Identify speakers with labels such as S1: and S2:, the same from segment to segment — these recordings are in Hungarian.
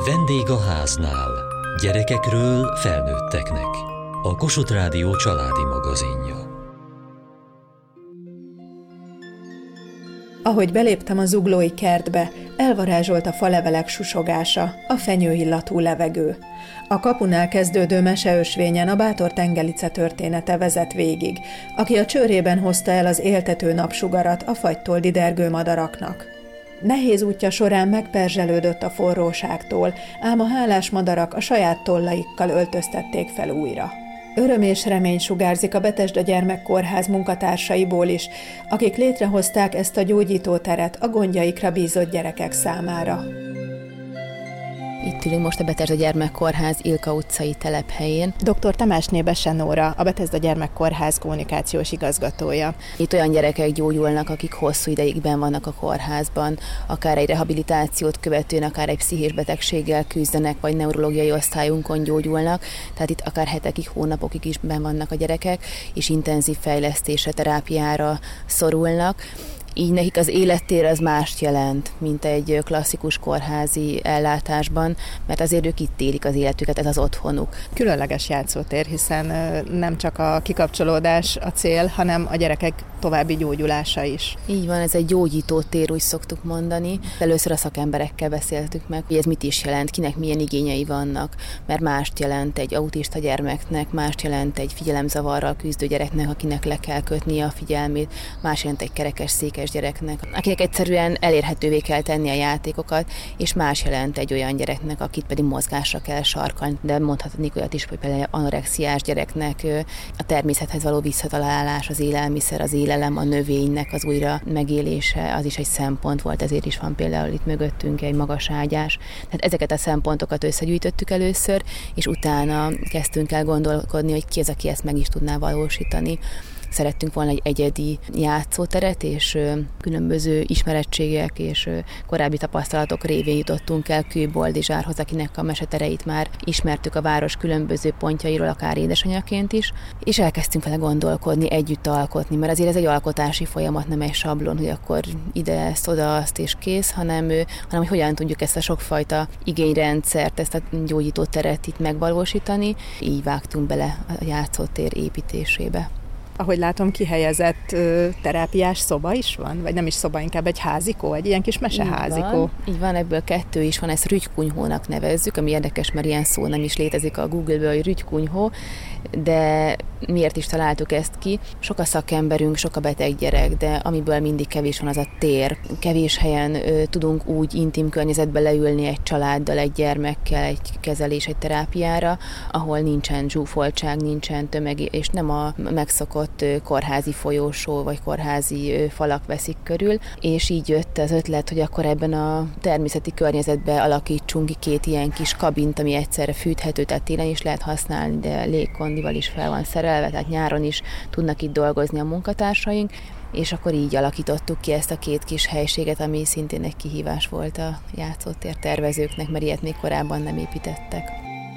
S1: Vendég a háznál. Gyerekekről felnőtteknek. A Kossuth Rádió családi magazinja.
S2: Ahogy beléptem a zuglói kertbe, elvarázsolt a falevelek susogása, a fenyőillatú levegő. A kapunál kezdődő meseösvényen a bátor tengelice története vezet végig, aki a csőrében hozta el az éltető napsugarat a fagytól didergő madaraknak. Nehéz útja során megperzselődött a forróságtól, ám a hálás madarak a saját tollaikkal öltöztették fel újra. Öröm és remény sugárzik a Betesda Gyermekkórház munkatársaiból is, akik létrehozták ezt a gyógyítóteret a gondjaikra bízott gyerekek számára.
S3: Itt ülünk most a Betesda Gyermekkórház Ilka utcai telephelyén.
S2: Dr. Tamásné Bese Nóra, a Betesda Gyermekkórház kommunikációs igazgatója.
S3: Itt olyan gyerekek gyógyulnak, akik hosszú ideig benn vannak a kórházban, akár egy rehabilitációt követően, akár egy pszichés betegséggel küzdenek, vagy neurológiai osztályunkon gyógyulnak. Tehát itt akár hetekig, hónapokig is benn vannak a gyerekek, és intenzív fejlesztésre, terápiára szorulnak. Így nekik az élettér az mást jelent, mint egy klasszikus kórházi ellátásban, mert azért ők itt élik az életüket, ez az otthonuk.
S2: Különleges játszótér, hiszen nem csak a kikapcsolódás a cél, hanem a gyerekek további gyógyulása is.
S3: Így van, ez egy gyógyító tér, úgy szoktuk mondani. Először a szakemberekkel beszéltük meg, hogy ez mit is jelent, kinek milyen igényei vannak, mert mást jelent egy autista gyermeknek, mást jelent egy figyelemzavarral küzdő gyereknek, akinek le kell kötnie a figyelmét, más jelent egy kerekes székes gyereknek, akinek egyszerűen elérhetővé kell tenni a játékokat, és más jelent egy olyan gyereknek, akit pedig mozgásra kell sarkalni. De mondhatnék olyat is, hogy például anorexiás gyereknek a természethez való visszatalálás, az élelmiszer, az élelem, a növénynek az újra megélése, az is egy szempont volt, ezért is van például itt mögöttünk egy magas ágyás. Tehát ezeket a szempontokat összegyűjtöttük először, és utána kezdtünk el gondolkodni, hogy ki az, aki ezt meg is tudná valósítani. Szerettünk volna egy egyedi játszóteret, és különböző ismerettségek és korábbi tapasztalatok révén jutottunk el Kő Boldizsárhoz, akinek a mesetereit már ismertük a város különböző pontjairól, akár édesanyaként is, és elkezdtünk vele gondolkodni, együtt alkotni, mert azért ez egy alkotási folyamat, nem egy sablon, hogy akkor ide ezt, oda azt és kész, hanem hogy hogyan tudjuk ezt a sokfajta igényrendszert, ezt a gyógyítóteret itt megvalósítani. Így vágtunk bele a játszótér építésébe.
S2: Ahogy látom, kihelyezett terápiás szoba is van? Vagy nem is szoba, inkább egy házikó, egy ilyen kis meseházikó.
S3: Így van, ebből 2 is van, ezt rügykunyhónak nevezzük, ami érdekes, mert ilyen szó nem is létezik a Google-ből, hogy rügykunyhó, de miért is találtuk ezt ki? Sok a szakemberünk, sok a beteg gyerek, de amiből mindig kevés van, az a tér. Kevés helyen tudunk úgy intim környezetbe leülni egy családdal, egy gyermekkel, egy kezelés, egy terápiára, ahol nincsen zsúfoltság, nincsen tömeg, és nem a megszokott kórházi folyósó vagy kórházi falak veszik körül, és így jött az ötlet, hogy akkor ebben a természeti környezetben alakítsunk ki 2 ilyen kis kabint, ami egyszerre fűthető, tehát télen is lehet használni, de légkondival is fel van szerelve, tehát nyáron is tudnak itt dolgozni a munkatársaink, és akkor így alakítottuk ki ezt a 2 kis helységet, ami szintén egy kihívás volt a játszótér tervezőknek, mert ilyet még korábban nem építettek.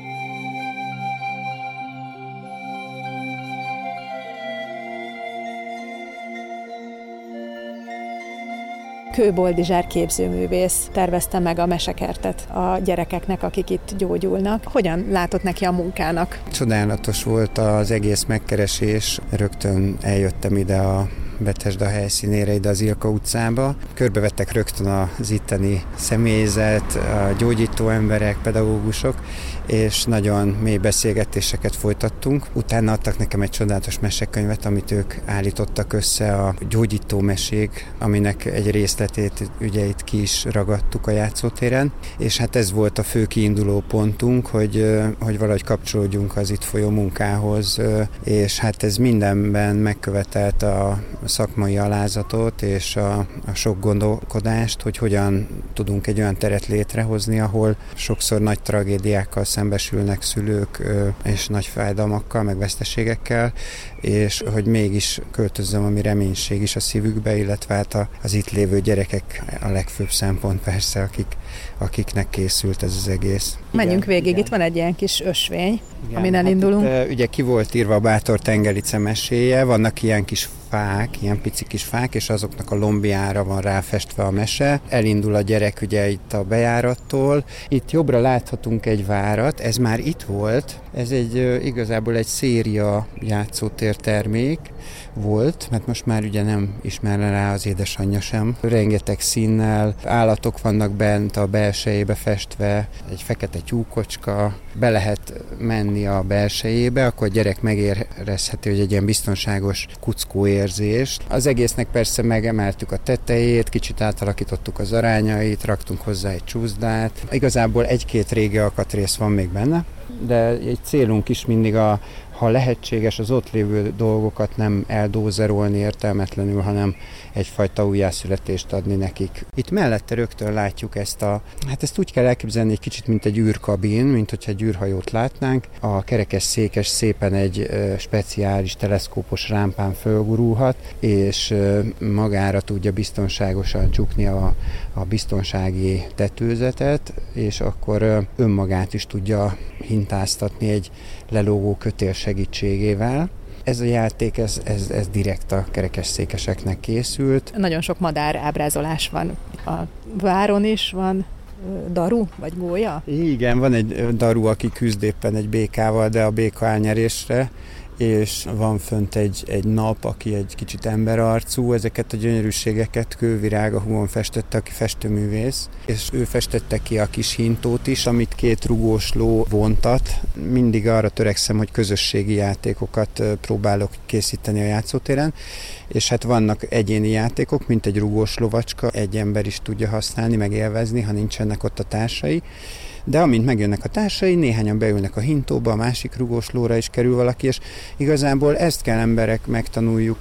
S2: Kő Boldizsár képzőművész tervezte meg a mesekertet a gyerekeknek, akik itt gyógyulnak. Hogyan látott neki a munkának?
S4: Csodálatos volt az egész megkeresés. Rögtön eljöttem ide a Betesda helyszínére, ide az Ilka utcába. Körbevettek rögtön az itteni személyzet, a gyógyító emberek, pedagógusok, és nagyon mély beszélgetéseket folytattunk. Utána adtak nekem egy csodálatos mesekönyvet, amit ők állítottak össze, a gyógyító mesék, aminek egy részletét, ügyeit ki is ragadtuk a játszótéren, és hát ez volt a fő kiinduló pontunk, hogy valahogy kapcsolódjunk az itt folyó munkához, és hát ez mindenben megkövetelt a szakmai alázatot és a sok gondolkodást, hogy hogyan tudunk egy olyan teret létrehozni, ahol sokszor nagy tragédiákkal szembesülnek szülők, és nagy fájdalmakkal, meg veszteségekkel, és hogy mégis költözzön valami reménység is a szívükbe, illetve hát az itt lévő gyerekek a legfőbb szempont persze, akiknek készült ez az egész.
S2: Menjünk végig, igen. Itt van egy ilyen kis ösvény, amin elindulunk.
S4: Ugye ki volt írva a bátor tengelice meséje, vannak ilyen kis fák, ilyen pici kis fák, és azoknak a lombjára van ráfestve a mese. Elindul a gyerek ugye itt a bejárattól. Itt jobbra láthatunk egy várat, ez már itt volt. Ez igazából egy széria játszótér termék volt, mert most már ugye nem ismerne rá az édesanyja sem. Rengeteg színnel, állatok vannak bent a belsejébe festve, egy fekete tyúkocska, be lehet menni a belsejébe, akkor a gyerek megérezheti, hogy egy ilyen biztonságos kuckó érzést. Az egésznek persze megemeltük a tetejét, kicsit átalakítottuk az arányait, raktunk hozzá egy csúszdát. Igazából egy-két régi alkatrész van még benne, de egy célunk is mindig ha lehetséges, az ott lévő dolgokat nem eldózerolni értelmetlenül, hanem egyfajta újjászületést adni nekik. Itt mellette rögtön látjuk ezt úgy kell elképzelni egy kicsit, mint egy űrkabin, mint hogyha egy űrhajót látnánk. A kerekes székes szépen egy speciális teleszkópos rámpán fölgurulhat, és magára tudja biztonságosan csukni a biztonsági tetőzetet, és akkor önmagát is tudja hintáztatni egy lelógó kötél segítségével. Ez a játék, ez direkt a kerekesszékeseknek készült.
S2: Nagyon sok madár ábrázolás van. A váron is van daru, vagy gólya?
S4: Igen, van egy daru, aki küzd éppen egy békával, de a béka elnyerésre, és van fönt egy nap, aki egy kicsit emberarcú, ezeket a gyönyörűségeket Kővirág a húgon festette, aki festőművész, és ő festette ki a kis hintót is, amit 2 rugós ló vontat. Mindig arra törekszem, hogy közösségi játékokat próbálok készíteni a játszótéren, és hát vannak egyéni játékok, mint egy rugós lovacska, egy ember is tudja használni, meg élvezni, ha nincsenek ott a társai. De amint megjönnek a társai, néhányan beülnek a hintóba, a másik rugós lóra is kerül valaki, és igazából ezt kell emberek megtanuljuk,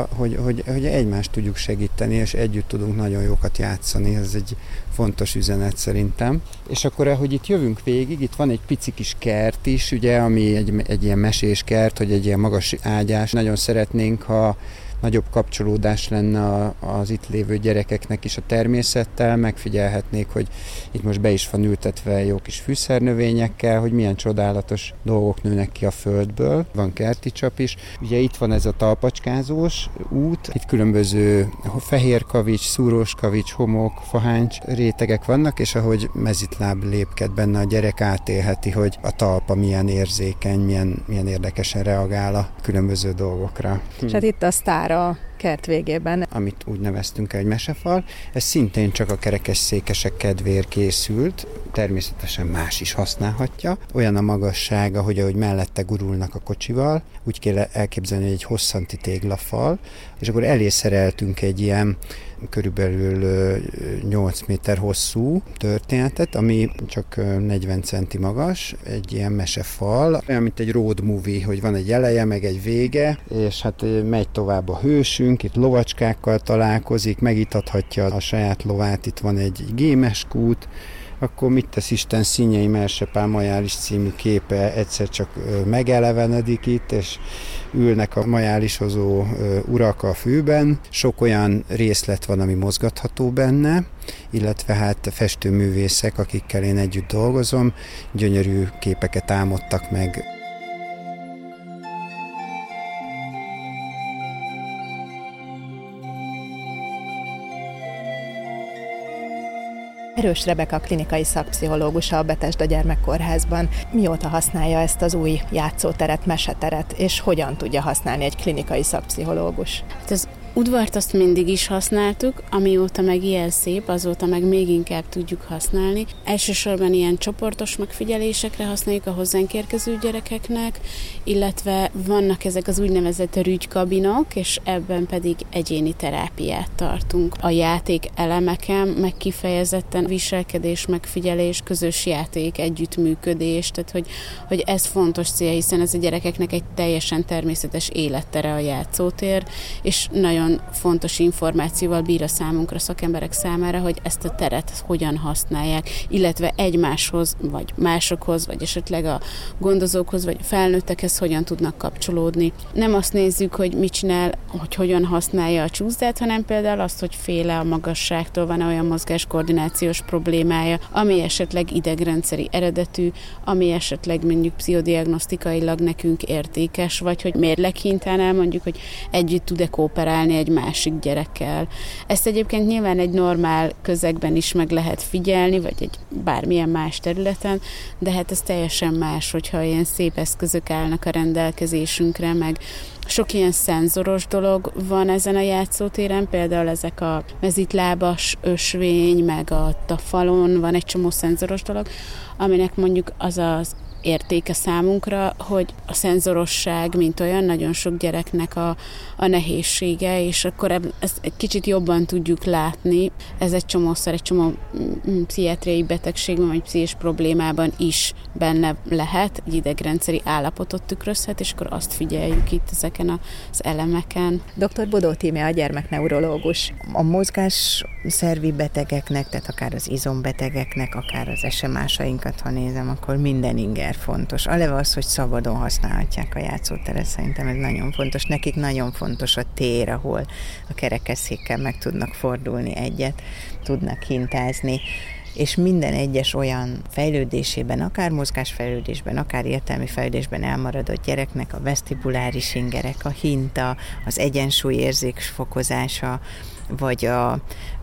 S4: hogy egymást tudjuk segíteni, és együtt tudunk nagyon jókat játszani, ez egy fontos üzenet szerintem. És akkor, ahogy itt jövünk végig, itt van egy pici kis kert is, ugye, ami egy ilyen mesés kert, hogy egy ilyen magas ágyás. Nagyon szeretnénk, ha nagyobb kapcsolódás lenne az itt lévő gyerekeknek is a természettel, megfigyelhetnék, hogy itt most be is van ültetve jó kis fűszernövényekkel, hogy milyen csodálatos dolgok nőnek ki a földből. Van kerti csap is. Ugye itt van ez a talpacskázós út, itt különböző fehér kavics, szúrós kavics, homok, faháncs rétegek vannak, és ahogy mezitláb lépked benne, a gyerek átélheti, hogy a talpa milyen érzékeny, milyen érdekesen reagál a különböző dolgokra.
S2: És hát itt a sztár a kert végében.
S4: Amit úgy neveztünk el, egy mesefal, ez szintén csak a kerekesszékesek kedvéért készült, természetesen más is használhatja. Olyan a magassága, hogy ahogy mellette gurulnak a kocsival, úgy kell elképzelni egy hosszanti téglafal, és akkor elé szereltünk egy ilyen körülbelül 8 méter hosszú történetet, ami csak 40 centi magas, egy ilyen mesefal, olyan, mint egy road movie, hogy van egy eleje, meg egy vége, és hát megy tovább a hősünk, itt lovacskákkal találkozik, megitathatja a saját lovát, itt van egy gémeskút, akkor mit tesz Isten, Színyei Mersepál Majális című képe egyszer csak megelevenedik itt, és ülnek a majálisozó urak a fűben. Sok olyan részlet van, ami mozgatható benne, illetve hát festőművészek, akikkel én együtt dolgozom, gyönyörű képeket álmodtak meg.
S2: Erős Rebeka klinikai szakpszichológusa a Bethesda Gyermekkórházban. Mióta használja ezt az új játszóteret, meseteret, és hogyan tudja használni egy klinikai szakpszichológus?
S5: Hát az udvart azt mindig is használtuk, amióta meg ilyen szép, azóta meg még inkább tudjuk használni. Elsősorban ilyen csoportos megfigyelésekre használjuk a hozzánk érkező gyerekeknek, illetve vannak ezek az úgynevezett rügykabinok, és ebben pedig egyéni terápiát tartunk. A játék elemeken meg kifejezetten viselkedés, megfigyelés, közös játék, együttműködés, tehát hogy ez fontos cél, hiszen ez a gyerekeknek egy teljesen természetes élettere a játszótér, és nagyon nagyon fontos információval bír a számunkra, szakemberek számára, hogy ezt a teret hogyan használják, illetve egymáshoz, vagy másokhoz, vagy esetleg a gondozókhoz, vagy a felnőttekhez hogyan tudnak kapcsolódni. Nem azt nézzük, hogy mit csinál, hogy hogyan használja a csúszdát, hanem például azt, hogy féle a magasságtól, van olyan mozgáskoordinációs problémája, ami esetleg idegrendszeri eredetű, ami esetleg mondjuk pszichodiagnosztikailag nekünk értékes, vagy hogy mérleghintán elmondjuk, hogy együtt tud-e kooperálni egy másik gyerekkel. Ezt egyébként nyilván egy normál közegben is meg lehet figyelni, vagy egy bármilyen más területen, de hát ez teljesen más, hogyha ilyen szép eszközök állnak a rendelkezésünkre, meg sok ilyen szenzoros dolog van ezen a játszótéren, például ezek a mezitlábas ösvény, meg a falon van egy csomó szenzoros dolog, aminek mondjuk az az értéke számunkra, hogy a szenzorosság, mint olyan, nagyon sok gyereknek a nehézsége, és akkor ezt egy kicsit jobban tudjuk látni. Ez egy csomó pszichiátriai betegségben, vagy pszichés problémában is benne lehet, egy idegrendszeri állapotot tükrözhet, és akkor azt figyeljük itt ezeken az elemeken.
S2: Dr. Bodó Tímea, a gyermekneurológus.
S6: A mozgásszervi betegeknek, tehát akár az izombetegeknek, akár az SMA-sainkat, ha nézem, akkor minden inger fontos. Aleve az, hogy szabadon használhatják a játszóteret, szerintem ez nagyon fontos. Nekik nagyon fontos a tér, ahol a kerekesszékkel meg tudnak fordulni egyet, tudnak hintázni, és minden egyes olyan fejlődésében, akár mozgásfejlődésben, akár értelmi fejlődésben elmaradott gyereknek a vesztibuláris ingerek, a hinta, az egyensúlyérzék fokozása, vagy a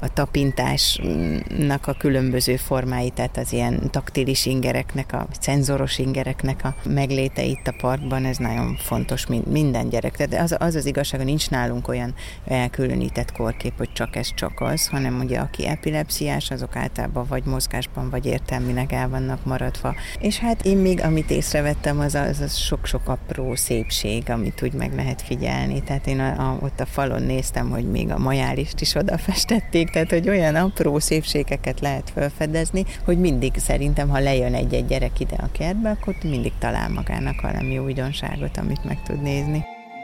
S6: tapintásnak a különböző formái, tehát az ilyen taktilis ingereknek, a szenzoros ingereknek a megléte itt a parkban, ez nagyon fontos minden gyerek. Tehát az igazság, hogy nincs nálunk olyan elkülönített korkép, hogy csak ez, csak az, hanem ugye aki epilepsziás, azok általában vagy mozgásban, vagy értelmileg el vannak maradva. És hát én még, amit észrevettem, az sok-sok apró szépség, amit úgy meg lehet figyelni. Tehát én ott a falon néztem, hogy még a majálist is odafestették, tehát hogy olyan apró szépségeket lehet felfedezni, hogy mindig szerintem, ha lejön egy-egy gyerek ide a kertbe, akkor mindig talál magának valami újdonságot, amit meg tud nézni.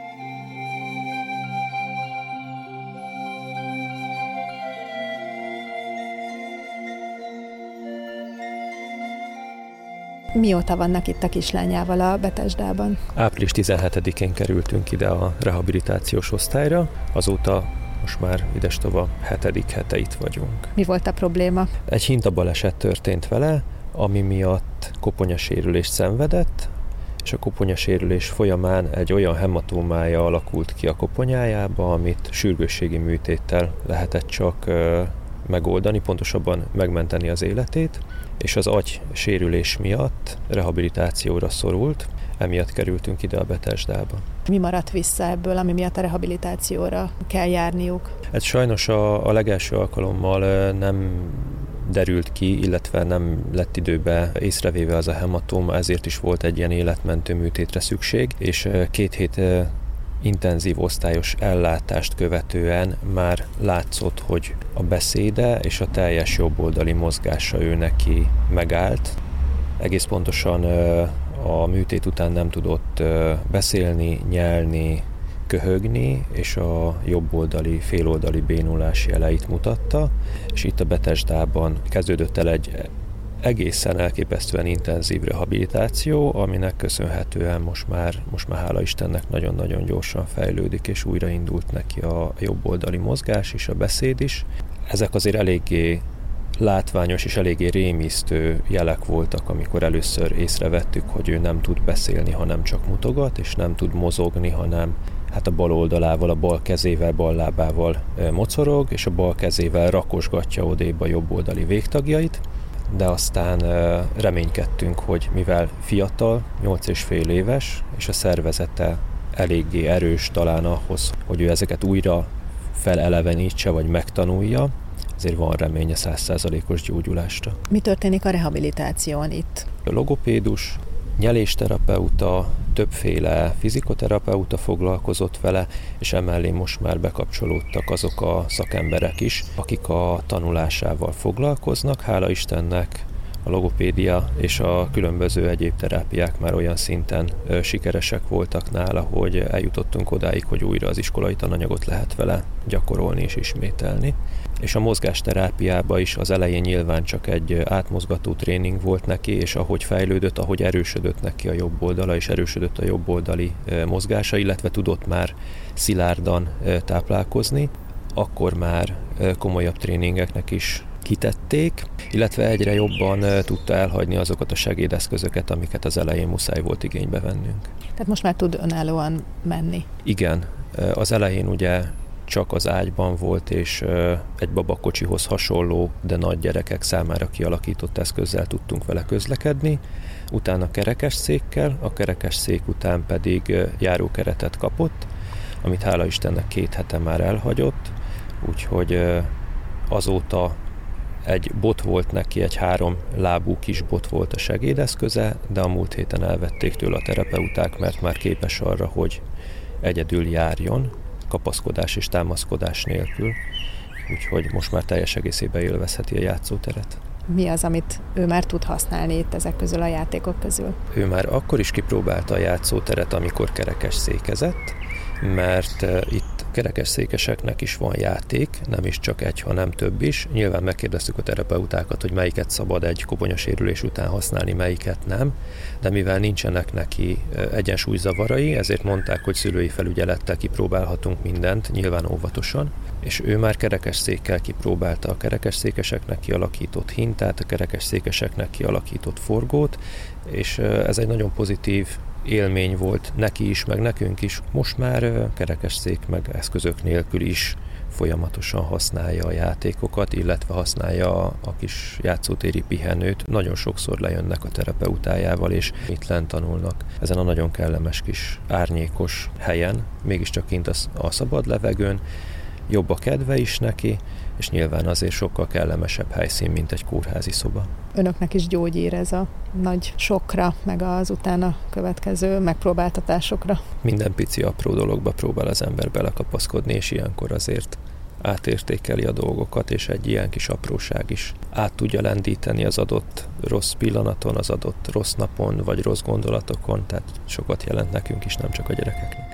S2: Mióta vannak itt a kislányával a Betesdában?
S7: Április 17-én kerültünk ide a rehabilitációs osztályra, azóta most már idestova 7. hete itt vagyunk.
S2: Mi volt a probléma?
S7: Egy hintabaleset történt vele, ami miatt koponyasérülést szenvedett, és a koponyasérülés folyamán egy olyan hematómája alakult ki a koponyájába, amit sürgősségi műtéttel lehetett csak megoldani, pontosabban megmenteni az életét, és az agysérülés miatt rehabilitációra szorult, emiatt kerültünk ide a Betesdába.
S2: Mi maradt vissza ebből, ami miatt a rehabilitációra kell járniuk?
S7: Ez sajnos a legelső alkalommal nem derült ki, illetve nem lett időbe észrevéve az a hematóma, ezért is volt egy ilyen életmentő műtétre szükség, és 2 hét intenzív osztályos ellátást követően már látszott, hogy a beszéde és a teljes jobboldali mozgása ő neki megállt. Egész pontosan a műtét után nem tudott beszélni, nyelni, köhögni, és a jobboldali, féloldali bénulás jeleit mutatta, és itt a Betesdában kezdődött el egy egészen elképesztően intenzív rehabilitáció, aminek köszönhetően most már hála Istennek nagyon-nagyon gyorsan fejlődik, és újraindult neki a jobboldali mozgás és a beszéd is. Ezek azért eléggé látványos és eléggé rémisztő jelek voltak, amikor először észrevettük, hogy ő nem tud beszélni, hanem csak mutogat, és nem tud mozogni, hanem a bal oldalával, a bal kezével, bal lábával mocorog, és a bal kezével rakosgatja odébb a jobb oldali végtagjait, de aztán reménykedtünk, hogy mivel fiatal, 8,5 éves, és a szervezete eléggé erős talán ahhoz, hogy ő ezeket újra felelevenítse, vagy megtanulja, ezért van reménye 100%-os gyógyulásra.
S2: Mi történik a rehabilitáción itt?
S7: A logopédus, nyelésterapeuta, többféle fizikoterapeuta foglalkozott vele, és emellé most már bekapcsolódtak azok a szakemberek is, akik a tanulásával foglalkoznak. Hála Istennek a logopédia és a különböző egyéb terápiák már olyan szinten sikeresek voltak nála, hogy eljutottunk odáig, hogy újra az iskolai tananyagot lehet vele gyakorolni és ismételni. És a mozgásterápiában is az elején nyilván csak egy átmozgató tréning volt neki, és ahogy fejlődött, ahogy erősödött neki a jobb oldala, és erősödött a jobb oldali mozgása, illetve tudott már szilárdan táplálkozni, akkor már komolyabb tréningeknek is kitették, illetve egyre jobban tudta elhagyni azokat a segédeszközöket, amiket az elején muszáj volt igénybe vennünk.
S2: Tehát most már tud önállóan menni?
S7: Igen, az elején ugye csak az ágyban volt, és egy babakocsihoz hasonló, de nagy gyerekek számára kialakított eszközzel tudtunk vele közlekedni, utána kerekesszékkel, a kerekesszék után pedig járókeretet kapott, amit hála Istennek 2 hete már elhagyott, úgyhogy azóta egy bot volt neki, egy 3 lábú kis bot volt a segédeszköze, de a múlt héten elvették tőle a terapeuták, mert már képes arra, hogy egyedül járjon, kapaszkodás és támaszkodás nélkül, úgyhogy most már teljes egészében élvezheti a játszóteret.
S2: Mi az, amit ő már tud használni itt ezek közül a játékok közül?
S7: Ő már akkor is kipróbálta a játszóteret, amikor kerekesszékezett, mert itt kerekesszékeseknek is van játék, nem is csak egy, hanem több is. Nyilván megkérdeztük a terapeutákat, hogy melyiket szabad egy kobonyasérülés után használni, melyiket nem, de mivel nincsenek neki egyensúlyzavarai, ezért mondták, hogy szülői felügyelettel kipróbálhatunk mindent, nyilván óvatosan, és ő már kerekesszékkel kipróbálta a kerekesszékeseknek kialakított hintát, a kerekesszékeseknek kialakított forgót, és ez egy nagyon pozitív élmény volt neki is, meg nekünk is. Most már kerekesszék meg eszközök nélkül is folyamatosan használja a játékokat, illetve használja a kis játszótéri pihenőt. Nagyon sokszor lejönnek a terapeutájával, és itt lent tanulnak ezen a nagyon kellemes kis árnyékos helyen, mégiscsak kint a szabad levegőn, jobb a kedve is neki, és nyilván azért sokkal kellemesebb helyszín, mint egy kórházi szoba.
S2: Önöknek is gyógyír ez a nagy sokra, meg az utána következő megpróbáltatásokra?
S7: Minden pici apró dologba próbál az ember belekapaszkodni, és ilyenkor azért átértékeli a dolgokat, és egy ilyen kis apróság is át tudja lendíteni az adott rossz pillanaton, az adott rossz napon, vagy rossz gondolatokon, tehát sokat jelent nekünk is, nem csak a gyerekeknek.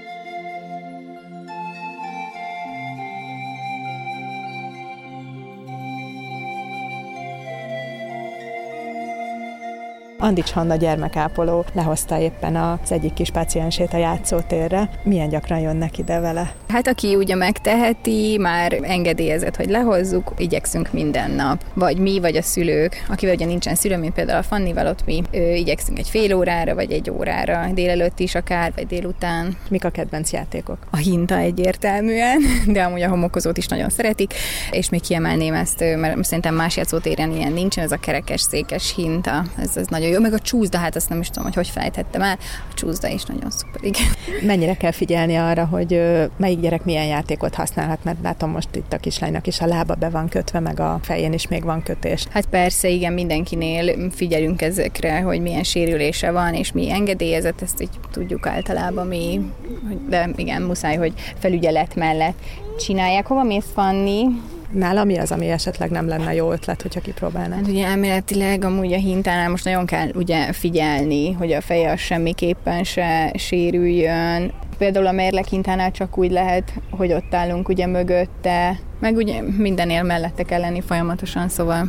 S2: Andics Hanna gyermekápoló lehozta éppen az egyik kis páciensét a játszótérre. Milyen gyakran jönnek ide vele?
S8: Hát aki ugye megteheti, már engedélyezett, hogy lehozzuk, igyekszünk minden nap. Vagy mi, vagy a szülők, akivel ugye nincsen szülő, mint például a Fannival, ott mi igyekszünk egy fél órára, vagy 1 órára, délelőtt is akár, vagy délután.
S2: Mik a kedvenc játékok?
S8: A hinta egyértelműen, de amúgy a homokozót is nagyon szeretik, és még kiemelném ezt, mert szerintem más játszótéren ilyen nincsen, ez a kerekes, székes hinta, ez nagyon jó, meg a csúszda, hát azt nem is tudom, hogy fejtettem el, a csúszda is nagyon szuper, igen.
S2: Mennyire kell figyelni arra, hogy melyik gyerek milyen játékot használhat, mert látom most itt a kislánynak is a lába be van kötve, meg a fején is még van kötés.
S8: Hát persze, igen, mindenkinél figyelünk ezekre, hogy milyen sérülése van, és mi engedélyezett, ezt így tudjuk általában mi, de igen, muszáj, hogy felügyelet mellett csinálják. Hova mész, Fanni?
S2: Nála mi az, ami esetleg nem lenne jó ötlet, hogyha kipróbálnám?
S8: Hát ugye elméletileg amúgy a hintánál most nagyon kell ugye figyelni, hogy a feje az semmiképpen se sérüljön. Például a mérleg hintánál csak úgy lehet, hogy ott állunk ugye mögötte, meg ugye mindenél mellette kell lenni folyamatosan, szóval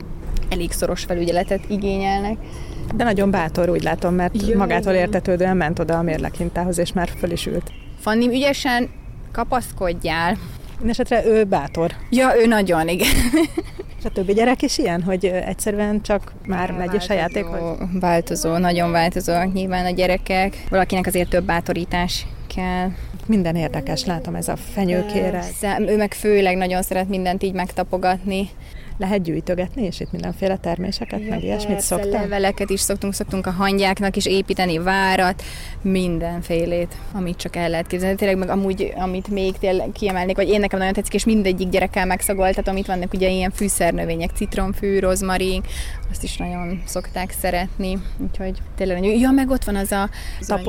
S8: elég szoros felügyeletet igényelnek.
S2: De nagyon bátor, úgy látom, mert magától értetődően ment oda a mérleghintához, és már föl is ült.
S8: Fanni, ügyesen kapaszkodjál.
S2: Mindenesetre ő bátor.
S8: Ja, ő nagyon, igen.
S2: És a többi gyerek is ilyen, hogy egyszerűen csak már megy is a játékhoz?
S8: Változó, nagyon változó nyilván a gyerekek. Valakinek azért több bátorítás kell.
S2: Minden érdekes, látom, ez a fenyőkére.
S8: Ő meg főleg nagyon szeret mindent így megtapogatni.
S2: Lehet gyűjtögetni, és itt mindenféle terméseket, meg ilyesmit szoktam?
S8: Leveleket is szoktunk a hangyáknak is építeni, várat, mindenfélét, amit csak el lehet képzelni. Tényleg meg amúgy, amit még tényleg kiemelnék, vagy én nekem nagyon tetszik, és mindegyik gyerekkel megszagoltatom, itt vannak ugye ilyen fűszernövények, citromfű, rozmarin, azt is nagyon szokták szeretni, úgyhogy tényleg nagyon. Ja, meg ott van az a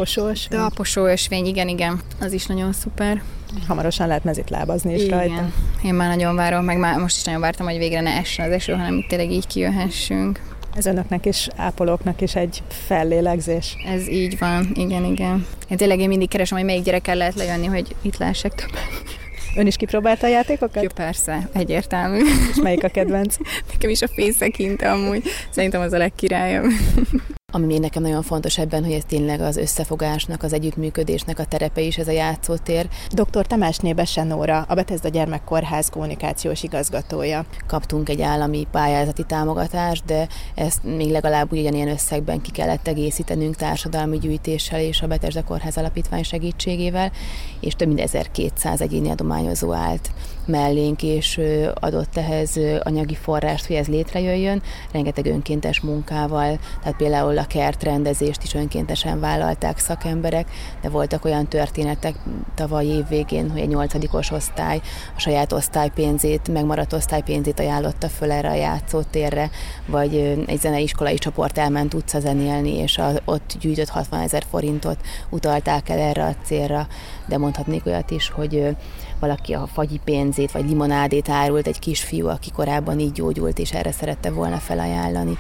S8: taposó ösvény, igen, az is nagyon szuper.
S2: Hamarosan lehet mezitlábazni is rajta.
S8: Én már nagyon várom, meg már most is nagyon vártam, hogy végre ne essen az eső, hanem itt tényleg így kijöhessünk.
S2: Ez önöknek is, ápolóknak is egy fellélegzés.
S8: Ez így van, igen. Én mindig keresem, hogy melyik gyerekkel lehet lejönni, hogy itt lássák többet.
S2: Ön is kipróbálta a játékokat?
S8: Jó, persze, egyértelmű.
S2: És melyik a kedvenc?
S8: Nekem is a fészekinte amúgy. Szerintem az a legkirályabb.
S3: Ami még nekem nagyon fontos ebben, hogy ez tényleg az összefogásnak, az együttműködésnek a terepe is, ez a játszótér.
S2: Dr. Tamásné Bese Nóra, a Bethesda Gyermekkórház kommunikációs igazgatója.
S3: Kaptunk egy állami pályázati támogatást, de ezt még legalább ugyanilyen összegben ki kellett egészítenünk társadalmi gyűjtéssel és a Bethesda Kórház Alapítvány segítségével, és több mint 1200 egyéni adományozó állt mellénk, és adott ehhez anyagi forrást, hogy ez létrejöjjön, rengeteg önkéntes munkával, tehát például a kertrendezést is önkéntesen vállalták szakemberek, de voltak olyan történetek tavaly év végén, hogy egy 8. osztály a saját osztálypénzét, megmaradt osztálypénzét ajánlotta föl erre a játszótérre, vagy egy zeneiskolai csoport elment utcazenélni, és ott gyűjtött 60 000 forintot utalták el erre a célra, de mondhatnék olyat is, hogy valaki a fagyi pénzét vagy limonádét árult egy kisfiú, aki korábban így gyógyult, és erre szerette volna felajánlani.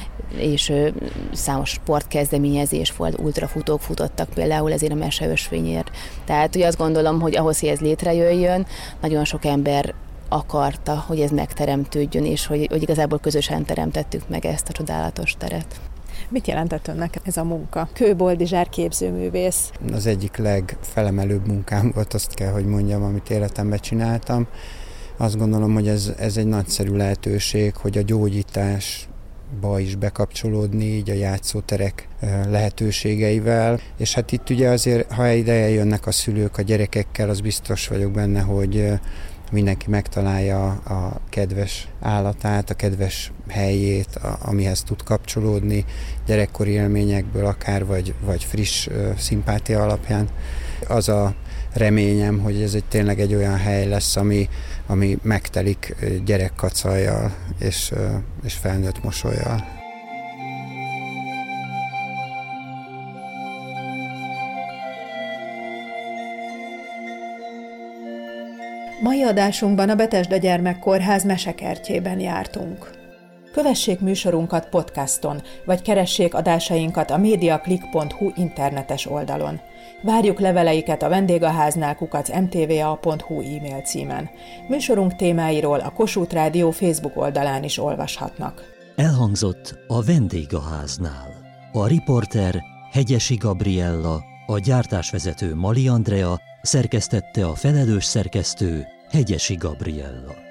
S3: És számos sportkezdeményezés volt, ultrafutók futottak például ezért a meseösvényért. Tehát ugye azt gondolom, hogy ahhoz, hogy ez létrejöjjön, nagyon sok ember akarta, hogy ez megteremtődjön, és hogy igazából közösen teremtettük meg ezt a csodálatos teret.
S2: Mit jelentett önnek ez a munka? Kő Boldizsár képzőművész.
S4: Az egyik legfelemelőbb munkám volt, azt kell, hogy mondjam, amit életemben csináltam. Azt gondolom, hogy ez egy nagyszerű lehetőség, hogy a gyógyításba is bekapcsolódni, így a játszóterek lehetőségeivel. És hát itt ugye azért, ha ideje jönnek a szülők a gyerekekkel, az biztos vagyok benne, hogy mindenki megtalálja a kedves állatát, a kedves helyét, amihez tud kapcsolódni, gyerekkori élményekből akár, vagy friss szimpátia alapján. Az a reményem, hogy ez tényleg egy olyan hely lesz, ami megtelik gyerekkacajjal és felnőtt mosollyal.
S2: Mai adásunkban a Bethesda Gyermekkórház mesekertjében jártunk. Kövessék műsorunkat podcaston, vagy keressék adásainkat a mediaclick.hu internetes oldalon. Várjuk leveleiket a vendégháznál @mtva.hu e-mail címen. Műsorunk témáiról a Kossuth Rádió Facebook oldalán is olvashatnak.
S1: Elhangzott a vendégháznál. A riporter Hegyesi Gabriella, a gyártásvezető Mali Andrea, szerkesztette a felelős szerkesztő Hegyesi Gabriella.